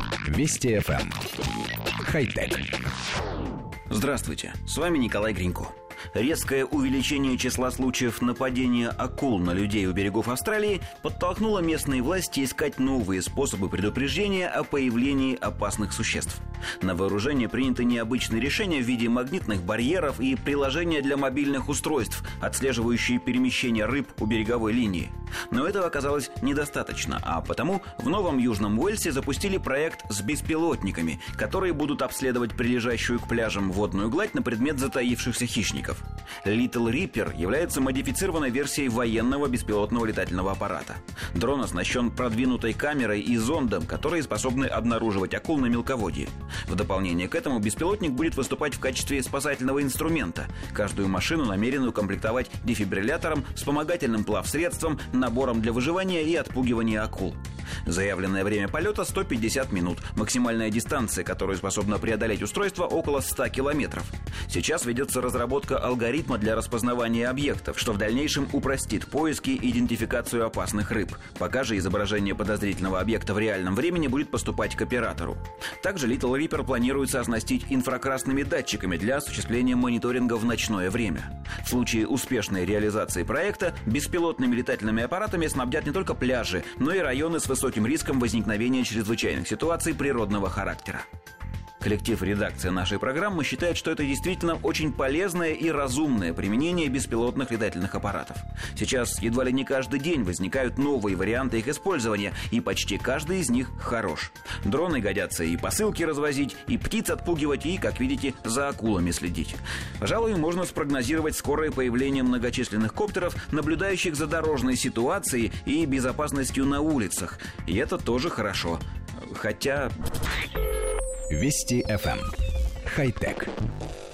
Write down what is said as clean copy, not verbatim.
Вести ФМ. Хай-тек. Здравствуйте, с вами Николай Гринько. Резкое увеличение числа случаев нападения акул на людей у берегов Австралии подтолкнуло местные власти искать новые способы предупреждения о появлении опасных существ. На вооружение приняты необычные решения в виде магнитных барьеров и приложения для мобильных устройств, отслеживающие перемещение рыб у береговой линии. Но этого оказалось недостаточно, а потому в Новом Южном Уэльсе запустили проект с беспилотниками, которые будут обследовать прилежащую к пляжам водную гладь на предмет затаившихся хищников. Little Ripper является модифицированной версией военного беспилотного летательного аппарата. Дрон оснащен продвинутой камерой и зондом, которые способны обнаруживать акул на мелководье. В дополнение к этому беспилотник будет выступать в качестве спасательного инструмента. Каждую машину намерены укомплектовать дефибриллятором, вспомогательным плавсредством, набором для выживания и отпугивания акул. Заявленное время полета 150 минут. Максимальная дистанция, которую способно преодолеть устройство, около 100 километров. Сейчас ведется разработка алгоритма для распознавания объектов, что в дальнейшем упростит поиски и идентификацию опасных рыб. Пока же изображение подозрительного объекта в реальном времени будет поступать к оператору. Также Little Ripper планируется оснастить инфракрасными датчиками для осуществления мониторинга в ночное время. В случае успешной реализации проекта беспилотными летательными аппаратами снабдят не только пляжи, но и районы с высоким риском возникновения чрезвычайных ситуаций природного характера. Коллектив редакции нашей программы считает, что это действительно очень полезное и разумное применение беспилотных летательных аппаратов. Сейчас едва ли не каждый день возникают новые варианты их использования, и почти каждый из них хорош. Дроны годятся и посылки развозить, и птиц отпугивать, и, как видите, за акулами следить. Пожалуй, можно спрогнозировать скорое появление многочисленных коптеров, наблюдающих за дорожной ситуацией и безопасностью на улицах. И это тоже хорошо. Хотя... Вести ФМ. Хай-тек.